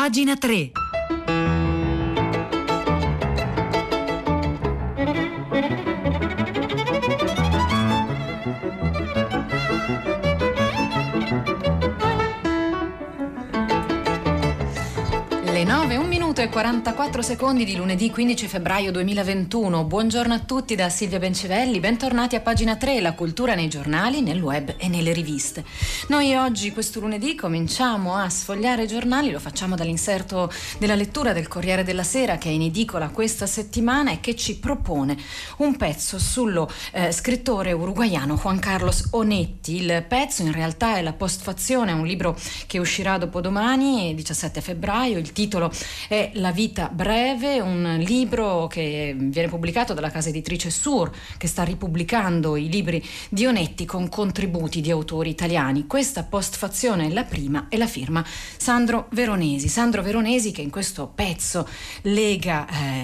Pagina 3. Le 9, 1 minuto e 44 secondi di lunedì 15 febbraio 2021. Buongiorno a tutti da Silvia Bencivelli, bentornati a Pagina 3, la cultura nei giornali, nel web e nelle riviste. Noi oggi, questo lunedì, cominciamo a sfogliare i giornali, lo facciamo dall'inserto della lettura del Corriere della Sera che è in edicola questa settimana e che ci propone un pezzo sullo scrittore uruguaiano Juan Carlos Onetti. Il pezzo in realtà è la postfazione, è un libro che uscirà dopodomani, 17 febbraio, il titolo è La vita breve, un libro che viene pubblicato dalla casa editrice Sur, che sta ripubblicando i libri di Onetti con contributi di autori italiani. Questa postfazione è la prima e la firma Sandro Veronesi che in questo pezzo lega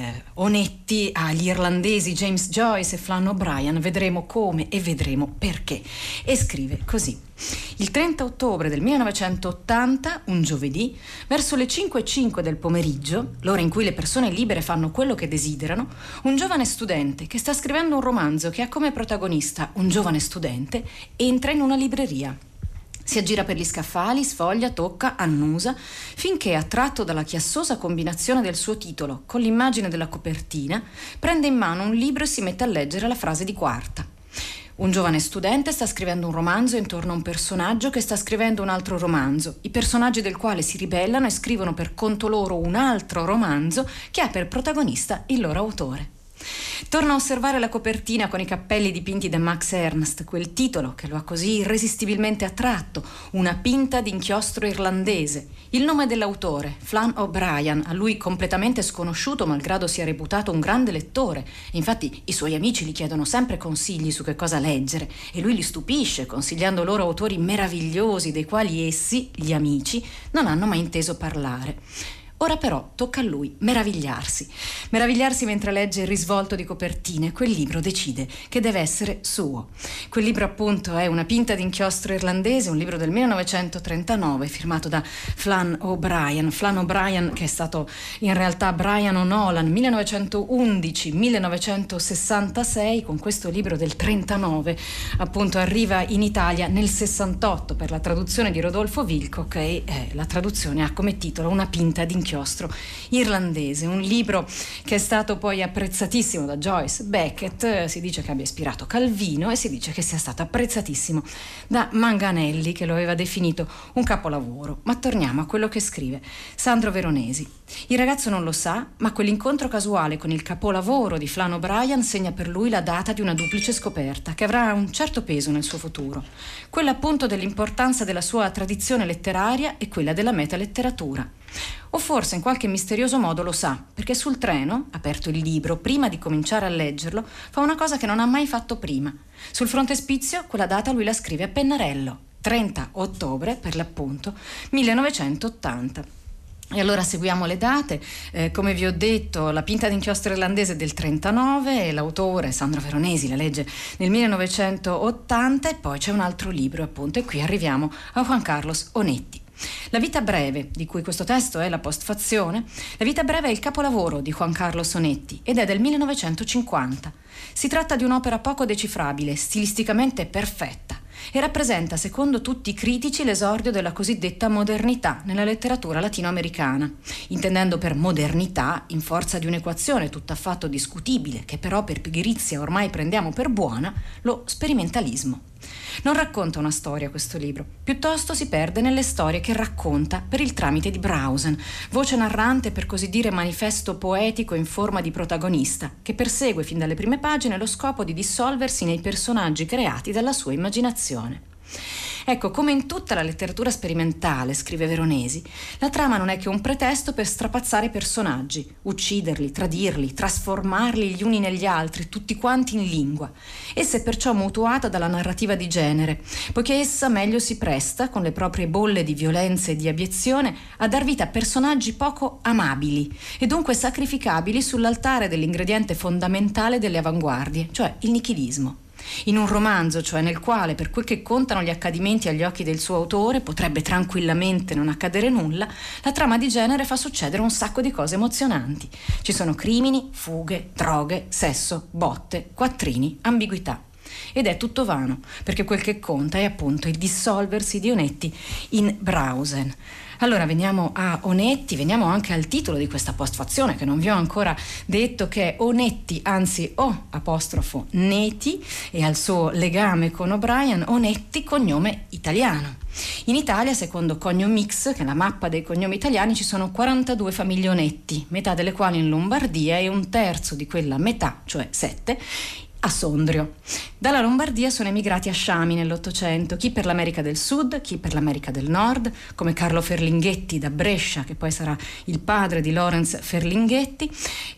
Onetti agli irlandesi James Joyce e Flann O'Brien. Vedremo come e vedremo perché. E scrive così: il 30 ottobre del 1980, un giovedì, verso le 5:05 del pomeriggio, l'ora in cui le persone libere fanno quello che desiderano, un giovane studente che sta scrivendo un romanzo che ha come protagonista un giovane studente entra in una libreria. Si aggira per gli scaffali, sfoglia, tocca, annusa, finché, attratto dalla chiassosa combinazione del suo titolo con l'immagine della copertina, prende in mano un libro e si mette a leggere la frase di quarta. Un giovane studente sta scrivendo un romanzo intorno a un personaggio che sta scrivendo un altro romanzo, i personaggi del quale si ribellano e scrivono per conto loro un altro romanzo che ha per protagonista il loro autore. Torna a osservare la copertina con i cappelli dipinti da Max Ernst, quel titolo che lo ha così irresistibilmente attratto, Una pinta d'inchiostro irlandese. Il nome dell'autore, Flann O'Brien, a lui completamente sconosciuto malgrado sia reputato un grande lettore. Infatti i suoi amici gli chiedono sempre consigli su che cosa leggere e lui li stupisce consigliando loro autori meravigliosi dei quali essi, gli amici, non hanno mai inteso parlare. Ora però tocca a lui meravigliarsi mentre legge il risvolto di copertine. Quel libro decide che deve essere suo. Quel libro appunto è Una pinta d'inchiostro irlandese, un libro del 1939 firmato da Flann O'Brien che è stato in realtà Brian O'Nolan, 1911-1966. Con questo libro del 39 appunto arriva in Italia nel 68 per la traduzione di Rodolfo Wilcock e la traduzione ha come titolo Una pinta d'inchiostro irlandese, un libro che è stato poi apprezzatissimo da Joyce, Beckett, si dice che abbia ispirato Calvino e si dice che sia stato apprezzatissimo da Manganelli, che lo aveva definito un capolavoro. Ma torniamo a quello che scrive Sandro Veronesi. Il ragazzo non lo sa, ma quell'incontro casuale con il capolavoro di Flann O'Brien segna per lui la data di una duplice scoperta che avrà un certo peso nel suo futuro, quella appunto dell'importanza della sua tradizione letteraria e quella della metaletteratura. O forse in qualche misterioso modo lo sa, perché sul treno, aperto il libro, prima di cominciare a leggerlo, fa una cosa che non ha mai fatto prima. Sul frontespizio quella data lui la scrive a pennarello, 30 ottobre per l'appunto 1980. E allora seguiamo le date. Come vi ho detto, La pinta d'inchiostro irlandese del 39, l'autore Sandro Veronesi la legge nel 1980 e poi c'è un altro libro appunto, e qui arriviamo a Juan Carlos Onetti. La vita breve, di cui questo testo è la postfazione, La vita breve è il capolavoro di Juan Carlos Onetti ed è del 1950. Si tratta di un'opera poco decifrabile, stilisticamente perfetta e rappresenta, secondo tutti i critici, l'esordio della cosiddetta modernità nella letteratura latinoamericana, intendendo per modernità, in forza di un'equazione tutt'affatto discutibile, che però per pigrizia ormai prendiamo per buona, lo sperimentalismo. Non racconta una storia questo libro, piuttosto si perde nelle storie che racconta per il tramite di Brausen, voce narrante, per così dire manifesto poetico in forma di protagonista, che persegue fin dalle prime pagine lo scopo di dissolversi nei personaggi creati dalla sua immaginazione. Ecco, come in tutta la letteratura sperimentale, scrive Veronesi, la trama non è che un pretesto per strapazzare i personaggi, ucciderli, tradirli, trasformarli gli uni negli altri, tutti quanti in lingua. Essa è perciò mutuata dalla narrativa di genere, poiché essa meglio si presta, con le proprie bolle di violenza e di abiezione, a dar vita a personaggi poco amabili e dunque sacrificabili sull'altare dell'ingrediente fondamentale delle avanguardie, cioè il nichilismo. In un romanzo, cioè nel quale, per quel che contano gli accadimenti agli occhi del suo autore, potrebbe tranquillamente non accadere nulla, la trama di genere fa succedere un sacco di cose emozionanti. Ci sono crimini, fughe, droghe, sesso, botte, quattrini, ambiguità. Ed è tutto vano, perché quel che conta è appunto il dissolversi di Onetti in Brausen. Allora veniamo a Onetti, veniamo anche al titolo di questa postfazione che non vi ho ancora detto, che è Onetti, anzi Neti, e al suo legame con O'Brien, Onetti cognome italiano. In Italia, secondo Cognomix, che è la mappa dei cognomi italiani, ci sono 42 famiglie Onetti, metà delle quali in Lombardia e un terzo di quella metà, cioè 7, a Sondrio. Dalla Lombardia sono emigrati a Sciami nell'Ottocento, chi per l'America del Sud, chi per l'America del Nord, come Carlo Ferlinghetti da Brescia, che poi sarà il padre di Lorenz Ferlinghetti,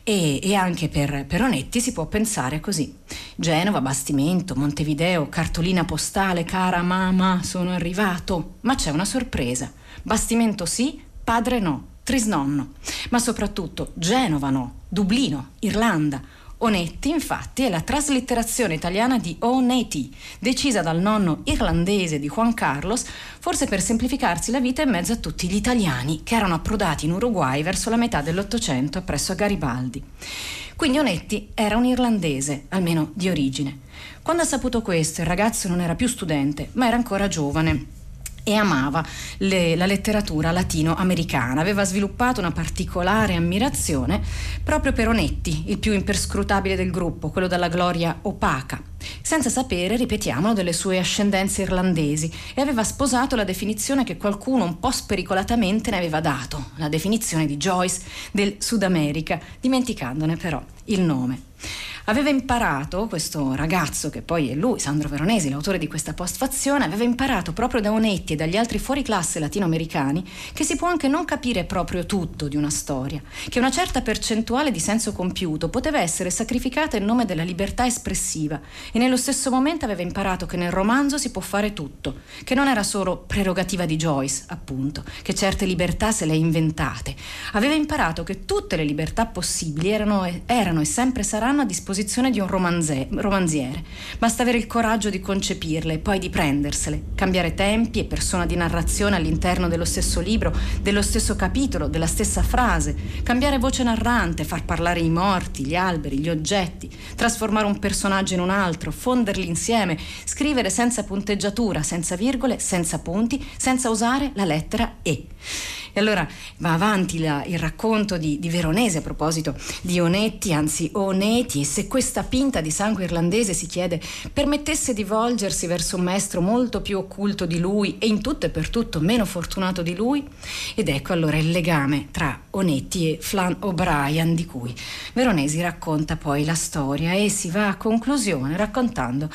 e anche per Onetti si può pensare così: Genova, Bastimento, Montevideo, cartolina postale, cara mamma, sono arrivato. Ma c'è una sorpresa: Bastimento sì, padre no, trisnonno. Ma soprattutto Genova no, Dublino, Irlanda. Onetti, infatti, è la traslitterazione italiana di Oneti, decisa dal nonno irlandese di Juan Carlos, forse per semplificarsi la vita in mezzo a tutti gli italiani che erano approdati in Uruguay verso la metà dell'Ottocento presso a Garibaldi. Quindi Onetti era un irlandese, almeno di origine. Quando ha saputo questo, il ragazzo non era più studente, ma era ancora giovane e amava la letteratura latinoamericana. Aveva sviluppato una particolare ammirazione proprio per Onetti, il più imperscrutabile del gruppo, quello dalla gloria opaca, senza sapere, ripetiamolo, delle sue ascendenze irlandesi, e aveva sposato la definizione che qualcuno un po' spericolatamente ne aveva dato, la definizione di Joyce del Sud America, dimenticandone però il nome. Aveva imparato, questo ragazzo, che poi è lui, Sandro Veronesi, l'autore di questa postfazione, aveva imparato proprio da Onetti e dagli altri fuoriclasse latinoamericani che si può anche non capire proprio tutto di una storia, che una certa percentuale di senso compiuto poteva essere sacrificata in nome della libertà espressiva, e nello stesso momento aveva imparato che nel romanzo si può fare tutto, che non era solo prerogativa di Joyce, appunto, che certe libertà se le ha inventate. Aveva imparato che tutte le libertà possibili erano e sempre saranno a disposizione di un romanziere. Basta avere il coraggio di concepirle e poi di prendersele, cambiare tempi e persona di narrazione all'interno dello stesso libro, dello stesso capitolo, della stessa frase, cambiare voce narrante, far parlare i morti, gli alberi, gli oggetti, trasformare un personaggio in un altro, fonderli insieme, scrivere senza punteggiatura, senza virgole, senza punti, senza usare la lettera E. E allora va avanti il racconto di Veronesi a proposito di Onetti, anzi Oneti, e se questa pinta di sangue irlandese, si chiede, permettesse di volgersi verso un maestro molto più occulto di lui e in tutto e per tutto meno fortunato di lui. Ed ecco allora il legame tra Onetti e Flann O'Brien, di cui Veronesi racconta poi la storia, e si va a conclusione raccontando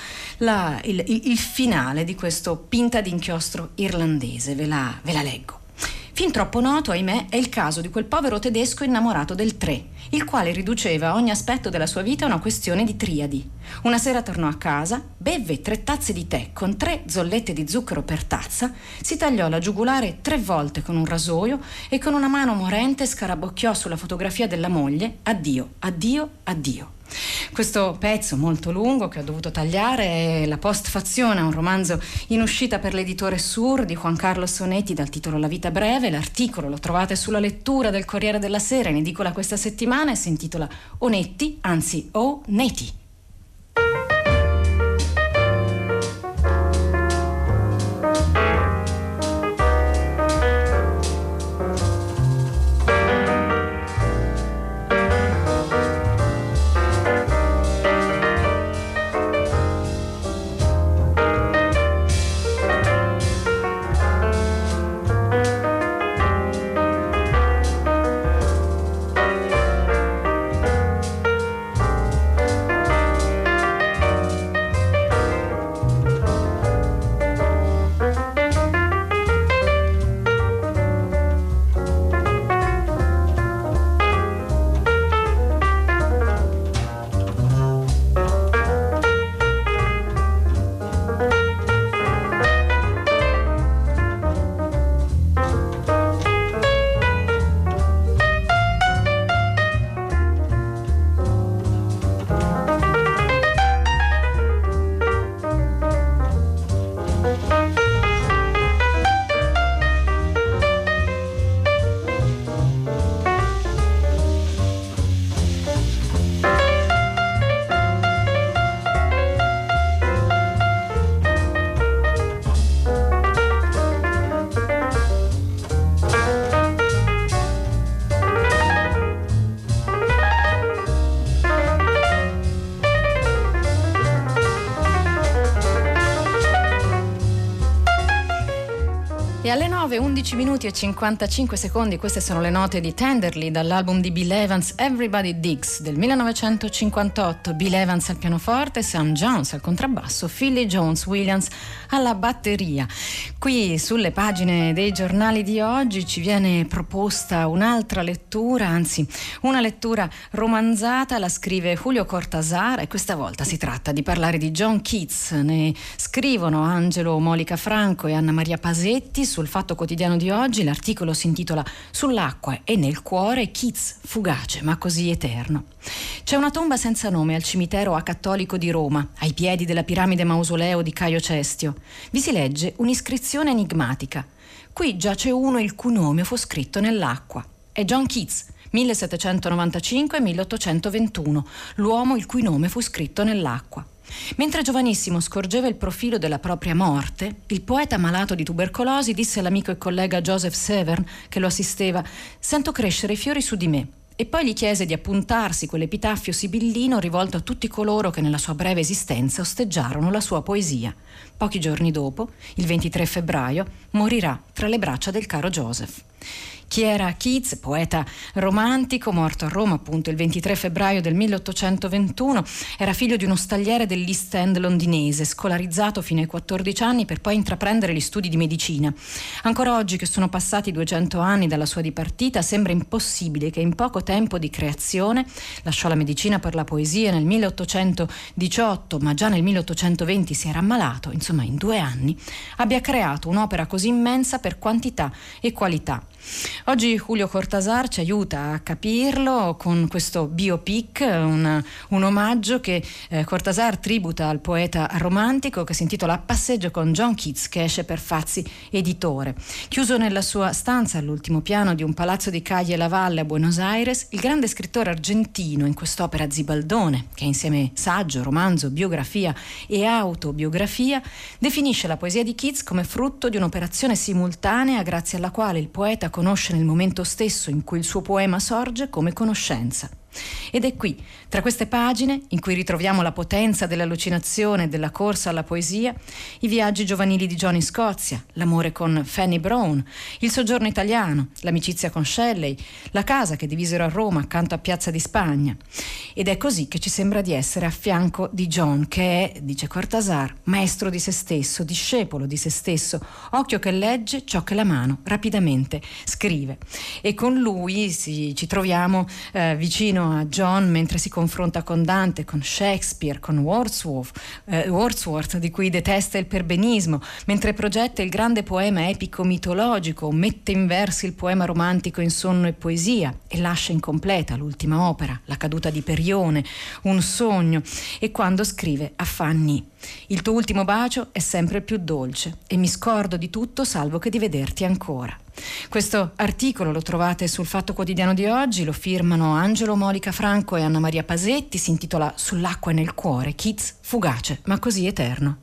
il finale di questo pinta d'inchiostro irlandese. Ve la leggo. Fin troppo noto, ahimè, è il caso di quel povero tedesco innamorato del tre, il quale riduceva ogni aspetto della sua vita a una questione di triadi. Una sera tornò a casa, bevve 3 tazze di tè con 3 zollette di zucchero per tazza, si tagliò la giugulare 3 volte con un rasoio e con una mano morente scarabocchiò sulla fotografia della moglie: addio, addio, addio. Questo pezzo molto lungo che ho dovuto tagliare è la postfazione, un romanzo in uscita per l'editore Sur di Juan Carlos Onetti dal titolo La vita breve. L'articolo lo trovate sulla lettura del Corriere della Sera, in edicola questa settimana, e si intitola Onetti, anzi Oneti. 9, 11 minuti e 55 secondi, queste sono le note di Tenderly dall'album di Bill Evans Everybody Digs del 1958. Bill Evans al pianoforte, Sam Jones al contrabbasso, Philly Jones Williams alla batteria. Qui sulle pagine dei giornali di oggi ci viene proposta un'altra lettura, anzi una lettura romanzata, la scrive Julio Cortázar e questa volta si tratta di parlare di John Keats. Ne scrivono Angelo Molica Franco e Anna Maria Pasetti sul Fatto Quotidiano di oggi. L'articolo si intitola Sull'acqua e nel cuore, Keats fugace ma così eterno. C'è una tomba senza nome al cimitero acattolico di Roma, ai piedi della piramide mausoleo di Caio Cestio. Vi si legge un'iscrizione enigmatica. Qui giace uno il cui nome fu scritto nell'acqua. È John Keats, 1795-1821, l'uomo il cui nome fu scritto nell'acqua. Mentre giovanissimo scorgeva il profilo della propria morte, il poeta malato di tubercolosi disse all'amico e collega Joseph Severn, che lo assisteva: «Sento crescere i fiori su di me». E poi gli chiese di appuntarsi quell'epitaffio sibillino rivolto a tutti coloro che nella sua breve esistenza osteggiarono la sua poesia. Pochi giorni dopo, il 23 febbraio, morirà tra le braccia del caro Joseph. Chi era Keats, poeta romantico, morto a Roma appunto il 23 febbraio del 1821, era figlio di uno stagliere dell'East End londinese, scolarizzato fino ai 14 anni per poi intraprendere gli studi di medicina. Ancora oggi, che sono passati 200 anni dalla sua dipartita, sembra impossibile che in poco tempo di creazione, lasciò la medicina per la poesia nel 1818, ma già nel 1820 si era ammalato, insomma in 2 anni, abbia creato un'opera così immensa per quantità e qualità. Oggi Julio Cortázar ci aiuta a capirlo con questo biopic, un omaggio che Cortázar tributa al poeta romantico, che si intitola Passeggio con John Keats, che esce per Fazzi Editore. Chiuso nella sua stanza all'ultimo piano di un palazzo di Calle Lavalle a Buenos Aires, il grande scrittore argentino in quest'opera zibaldone, che insieme saggio, romanzo, biografia e autobiografia definisce la poesia di Keats come frutto di un'operazione simultanea grazie alla quale il poeta conosce nel momento stesso in cui il suo poema sorge come conoscenza. Ed è qui, tra queste pagine, in cui ritroviamo la potenza dell'allucinazione e della corsa alla poesia, i viaggi giovanili di John in Scozia, l'amore con Fanny Brown, il soggiorno italiano, l'amicizia con Shelley, la casa che divisero a Roma accanto a Piazza di Spagna. Ed è così che ci sembra di essere a fianco di John, che è, dice Cortázar, maestro di se stesso, discepolo di se stesso, occhio che legge ciò che la mano rapidamente scrive. E con lui ci troviamo vicino a John mentre si confronta con Dante, con Shakespeare, con Wordsworth, di cui detesta il perbenismo, mentre progetta il grande poema epico mitologico, mette in versi il poema romantico in sonno e poesia e lascia incompleta l'ultima opera, La caduta di Perione, un sogno, e quando scrive a Fanny: il tuo ultimo bacio è sempre il più dolce e mi scordo di tutto salvo che di vederti ancora. Questo articolo lo trovate sul Fatto Quotidiano di oggi, lo firmano Angelo Molica Franco e Anna Maria Pasetti, si intitola Sull'acqua e nel cuore, Keats fugace ma così eterno.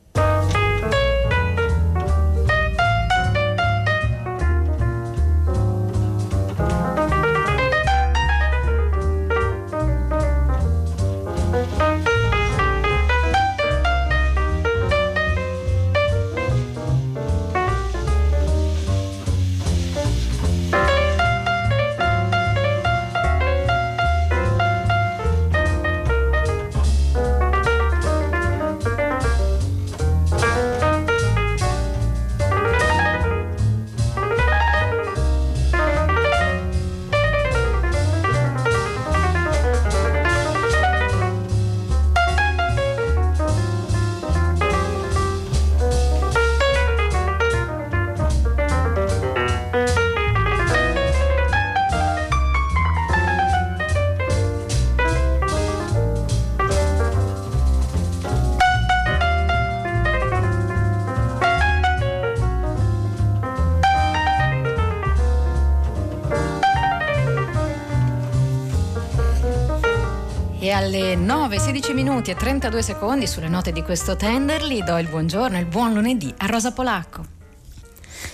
E alle 9, 16 minuti e 32 secondi sulle note di questo Tenderly do il buongiorno e il buon lunedì a Rosa Polacco.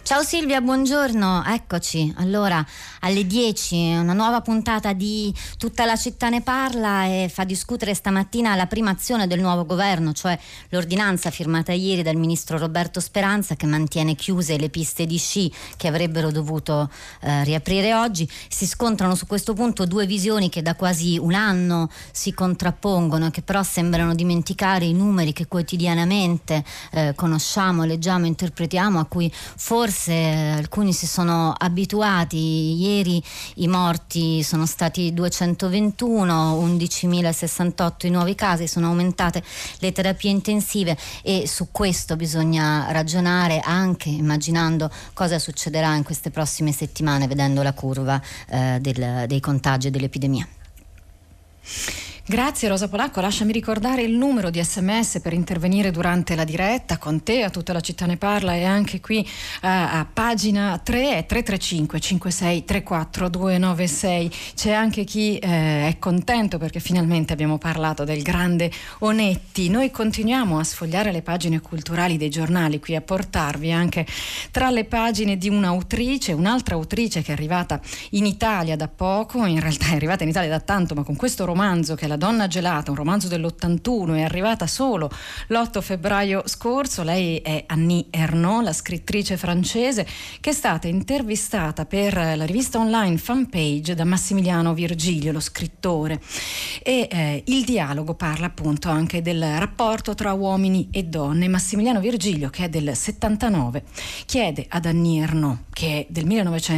Ciao Silvia, buongiorno, eccoci. Allora, alle 10 una nuova puntata di Tutta la città ne parla e fa discutere stamattina la prima azione del nuovo governo, cioè l'ordinanza firmata ieri dal ministro Roberto Speranza che mantiene chiuse le piste di sci che avrebbero dovuto riaprire oggi. Si scontrano su questo punto due visioni che da quasi un anno si contrappongono e che però sembrano dimenticare i numeri che quotidianamente conosciamo, leggiamo, interpretiamo, a cui forse alcuni si sono abituati. Ieri i morti sono stati 221, 11.068 i nuovi casi, sono aumentate le terapie intensive e su questo bisogna ragionare anche immaginando cosa succederà in queste prossime settimane, vedendo la curva dei contagi e dell'epidemia. Grazie Rosa Polacco, lasciami ricordare il numero di SMS per intervenire durante la diretta con te, a Tutta la città ne parla, e anche qui a pagina 3 è 335 56 34 296. C'è anche chi è contento perché finalmente abbiamo parlato del grande Onetti. Noi continuiamo a sfogliare le pagine culturali dei giornali, qui a portarvi anche tra le pagine di un'altra autrice che è arrivata in Italia da poco, in realtà è arrivata in Italia da tanto, ma con questo romanzo che è La donna gelata, un romanzo dell'81, è arrivata solo l'8 febbraio scorso. Lei è Annie Ernaux, la scrittrice francese, che è stata intervistata per la rivista online Fanpage da Massimiliano Virgilio, lo scrittore, e il dialogo parla appunto anche del rapporto tra uomini e donne. Massimiliano Virgilio, che è del 79, chiede ad Annie Ernaux, che è del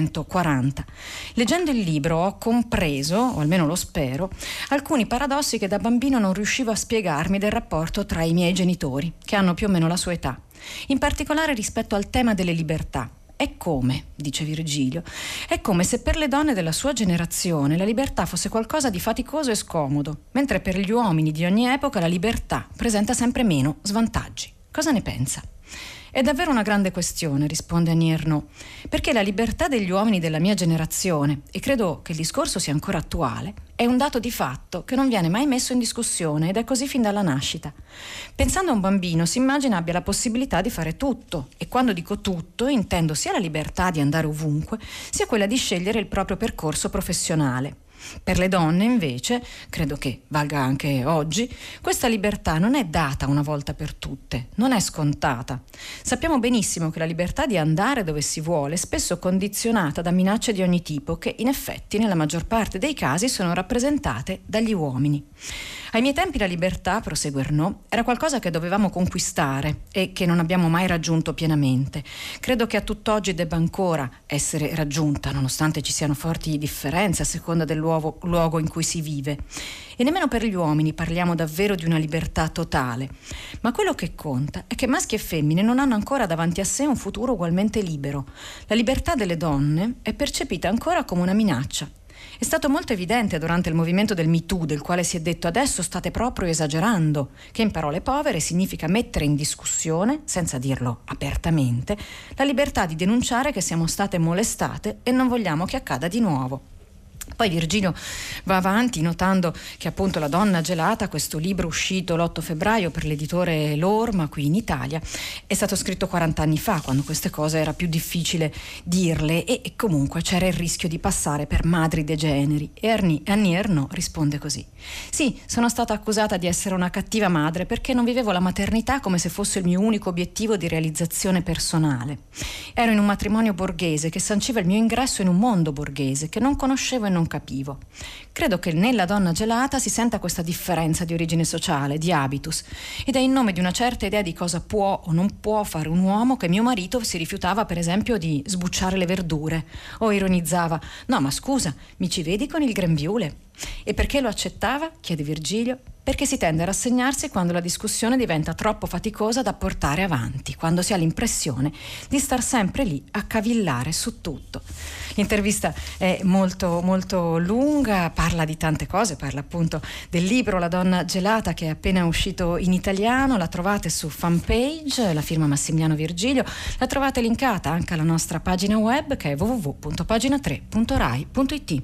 1940: leggendo il libro ho compreso, o almeno lo spero, alcuni paradossi che da bambino non riuscivo a spiegarmi del rapporto tra i miei genitori, che hanno più o meno la sua età, in particolare rispetto al tema delle libertà. È come, dice Virgilio, è come se per le donne della sua generazione la libertà fosse qualcosa di faticoso e scomodo, mentre per gli uomini di ogni epoca la libertà presenta sempre meno svantaggi. Cosa ne pensa? È davvero una grande questione, risponde Annie Ernaux, perché la libertà degli uomini della mia generazione, e credo che il discorso sia ancora attuale, è un dato di fatto che non viene mai messo in discussione ed è così fin dalla nascita. Pensando a un bambino si immagina abbia la possibilità di fare tutto, e quando dico tutto intendo sia la libertà di andare ovunque, sia quella di scegliere il proprio percorso professionale. Per le donne invece, credo che valga anche oggi, questa libertà non è data una volta per tutte, non è scontata. Sappiamo benissimo che la libertà di andare dove si vuole è spesso condizionata da minacce di ogni tipo che in effetti nella maggior parte dei casi sono rappresentate dagli uomini. Ai miei tempi la libertà, prosegue Ernaux, era qualcosa che dovevamo conquistare e che non abbiamo mai raggiunto pienamente. Credo che a tutt'oggi debba ancora essere raggiunta, nonostante ci siano forti differenze a seconda del luogo in cui si vive. E nemmeno per gli uomini parliamo davvero di una libertà totale. Ma quello che conta è che maschi e femmine non hanno ancora davanti a sé un futuro ugualmente libero. La libertà delle donne è percepita ancora come una minaccia. È stato molto evidente durante il movimento del Me Too, del quale si è detto adesso state proprio esagerando, che in parole povere significa mettere in discussione, senza dirlo apertamente, la libertà di denunciare che siamo state molestate e non vogliamo che accada di nuovo. Poi Virgilio va avanti notando che appunto La donna gelata, questo libro uscito l'8 febbraio per l'editore Lorma qui in Italia, è stato scritto 40 anni fa, quando queste cose era più difficile dirle e comunque c'era il rischio di passare per madri degeneri. E Annie Ernaux risponde così: sì, sono stata accusata di essere una cattiva madre perché non vivevo la maternità come se fosse il mio unico obiettivo di realizzazione personale. Ero in un matrimonio borghese che sanciva il mio ingresso in un mondo borghese che non conoscevo e non capivo. Credo che nella donna gelata si senta questa differenza di origine sociale, di habitus, ed è in nome di una certa idea di cosa può o non può fare un uomo che mio marito si rifiutava per esempio di sbucciare le verdure o ironizzava: no ma scusa, mi ci vedi con il grembiule? E perché lo accettava? Chiede Virgilio. Perché si tende a rassegnarsi quando la discussione diventa troppo faticosa da portare avanti, quando si ha l'impressione di star sempre lì a cavillare su tutto. L'intervista è molto molto lunga, parla di tante cose, parla appunto del libro La donna gelata che è appena uscito in italiano, la trovate su Fanpage, la firma Massimiliano Virgilio, la trovate linkata anche alla nostra pagina web che è www.pagina3.rai.it.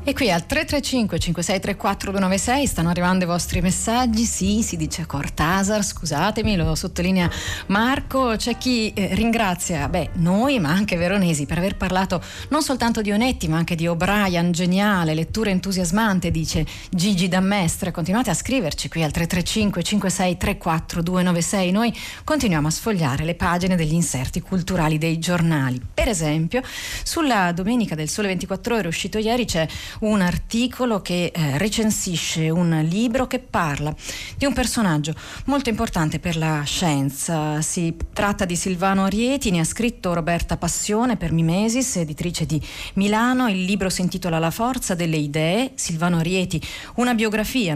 E qui al 335 5634 296 stanno arrivando i vostri messaggi. Sì, si dice Cortázar, scusatemi, lo sottolinea Marco. C'è chi ringrazia noi, ma anche Veronesi, per aver parlato non soltanto di Onetti ma anche di O'Brien, geniale, lettura entusiasmante, dice Gigi da Mestre. Continuate a scriverci qui al 335 5634 296. Noi continuiamo a sfogliare le pagine degli inserti culturali dei giornali. Per esempio, sulla Domenica del Sole 24 Ore uscito ieri c'è un articolo che recensisce un libro che parla di un personaggio molto importante per la scienza. Si tratta di Silvano Arieti, ne ha scritto Roberta Passione per Mimesis, editrice di Milano. Il libro si intitola La forza delle idee, Silvano Arieti, una biografia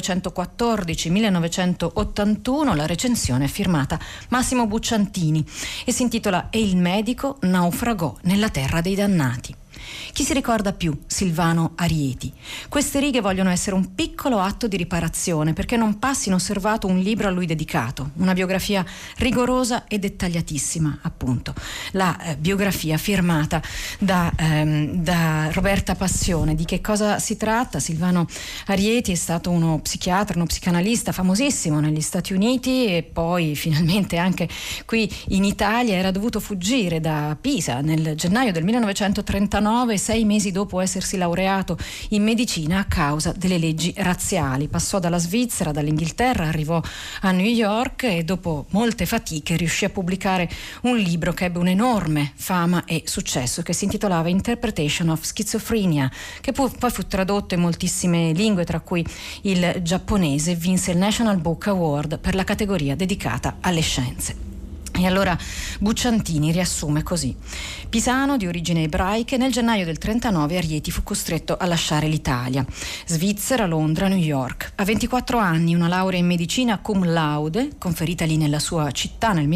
1914-1981. La recensione è firmata Massimo Bucciantini e si intitola E il medico naufragò nella terra dei dannati. Chi si ricorda più Silvano Arieti? Queste righe vogliono essere un piccolo atto di riparazione perché non passi inosservato un libro a lui dedicato, una biografia rigorosa e dettagliatissima, appunto. La biografia firmata da Roberta Passione. Di che cosa si tratta? Silvano Arieti è stato uno psichiatra, uno psicanalista famosissimo negli Stati Uniti e poi finalmente anche qui in Italia. Era dovuto fuggire da Pisa nel gennaio del 1939, 6 mesi dopo essersi laureato in medicina a causa delle leggi razziali. Passò dalla Svizzera, dall'Inghilterra, arrivò a New York e dopo molte fatiche riuscì a pubblicare un libro che ebbe un'enorme fama e successo, che si intitolava Interpretation of Schizophrenia, che poi fu tradotto in moltissime lingue, tra cui il giapponese, e vinse il National Book Award per la categoria dedicata alle scienze. E allora Bucciantini riassume così: pisano di origini ebraiche, nel gennaio del 39 Arieti fu costretto a lasciare l'Italia. Svizzera, Londra, New York. A 24 anni una laurea in medicina cum laude, conferitagli nella sua città nel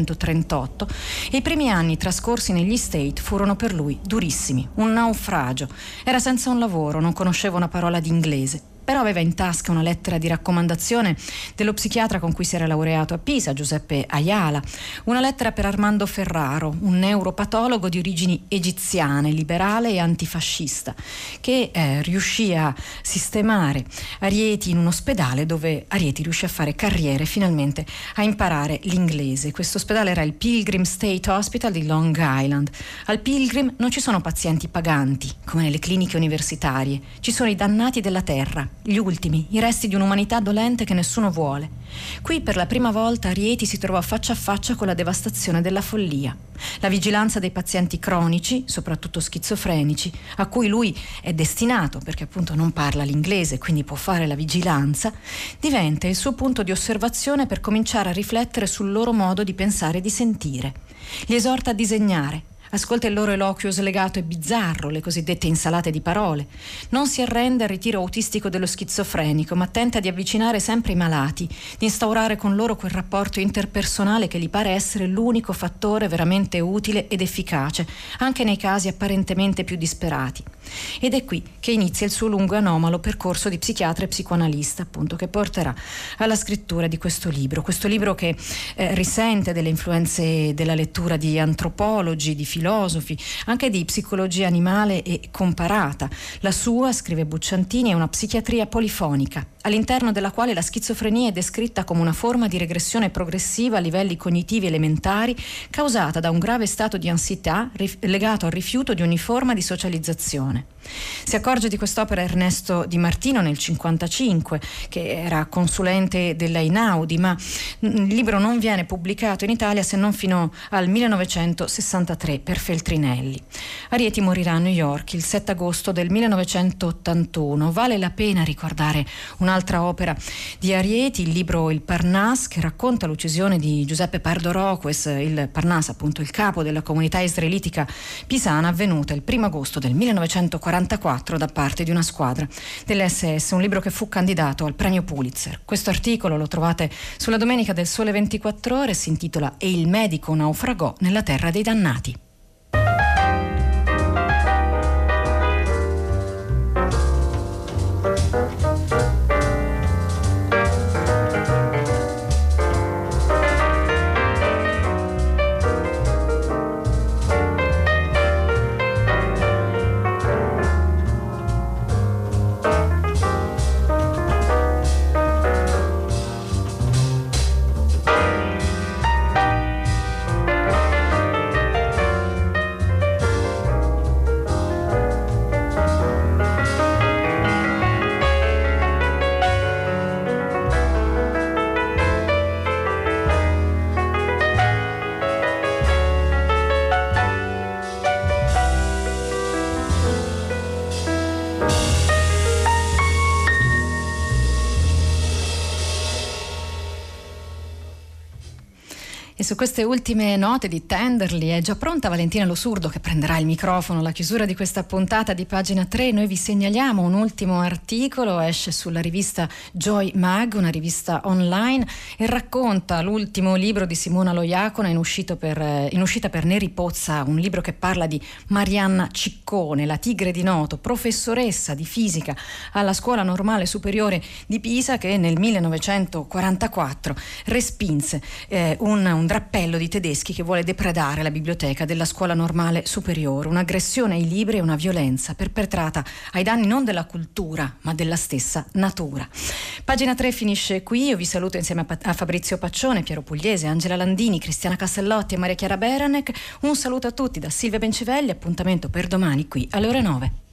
1938, e i primi anni trascorsi negli States furono per lui durissimi, un naufragio. Era senza un lavoro, non conosceva una parola di inglese. Però aveva in tasca una lettera di raccomandazione dello psichiatra con cui si era laureato a Pisa, Giuseppe Ayala, una lettera per Armando Ferraro, un neuropatologo di origini egiziane, liberale e antifascista, che riuscì a sistemare Arieti in un ospedale dove Arieti riuscì a fare carriera e finalmente a imparare l'inglese. Questo ospedale era il Pilgrim State Hospital di Long Island. Al Pilgrim non ci sono pazienti paganti, come nelle cliniche universitarie, ci sono i dannati della terra, gli ultimi, i resti di un'umanità dolente che nessuno vuole. Qui per la prima volta Arieti si trovò faccia a faccia con la devastazione della follia. La vigilanza dei pazienti cronici, soprattutto schizofrenici, a cui lui è destinato perché appunto non parla l'inglese, quindi può fare la vigilanza, diventa il suo punto di osservazione per cominciare a riflettere sul loro modo di pensare e di sentire. Li esorta a disegnare. Ascolta il loro eloquio slegato e bizzarro, le cosiddette insalate di parole. Non si arrende al ritiro autistico dello schizofrenico, ma tenta di avvicinare sempre i malati, di instaurare con loro quel rapporto interpersonale che gli pare essere l'unico fattore veramente utile ed efficace, anche nei casi apparentemente più disperati. Ed è qui che inizia il suo lungo e anomalo percorso di psichiatra e psicoanalista, appunto, che porterà alla scrittura di questo libro che risente delle influenze della lettura di antropologi, di filosofi, anche di psicologia animale e comparata. La sua, scrive Bucciantini, è una psichiatria polifonica, all'interno della quale la schizofrenia è descritta come una forma di regressione progressiva a livelli cognitivi elementari causata da un grave stato di ansietà legato al rifiuto di ogni forma di socializzazione. Si accorge di quest'opera Ernesto Di Martino nel 1955, che era consulente della Einaudi, ma il libro non viene pubblicato in Italia se non fino al 1963 per Feltrinelli. Arieti morirà a New York il 7 agosto del 1981. Vale la pena ricordare un'altra opera di Arieti, il libro Il Parnasse, che racconta l'uccisione di Giuseppe Pardo Roques, il Parnasse, appunto il capo della comunità israelitica pisana, avvenuta il 1 agosto del 1944 da parte di una squadra dell'SS, un libro che fu candidato al premio Pulitzer. Questo articolo lo trovate sulla Domenica del Sole 24 Ore, si intitola E il medico naufragò nella terra dei dannati. su queste ultime note di Tenderly è già pronta Valentina Lo Surdo, che prenderà il microfono alla chiusura di questa puntata di Pagina 3. Noi vi segnaliamo un ultimo articolo, esce sulla rivista Joy Mag, una rivista online, e racconta l'ultimo libro di Simona Loiacona in uscita per Neri Pozza, un libro che parla di Marianna Ciccone, la tigre di Noto, professoressa di fisica alla Scuola Normale Superiore di Pisa, che nel 1944 respinse un drappello di tedeschi che vuole depredare la biblioteca della Scuola Normale Superiore, un'aggressione ai libri e una violenza perpetrata ai danni non della cultura ma della stessa natura. Pagina 3 finisce qui, io vi saluto insieme a Fabrizio Paccione, Piero Pugliese, Angela Landini, Cristiana Castellotti e Maria Chiara Beranec. Un saluto a tutti da Silvia Bencivelli, appuntamento per domani qui alle ore 9.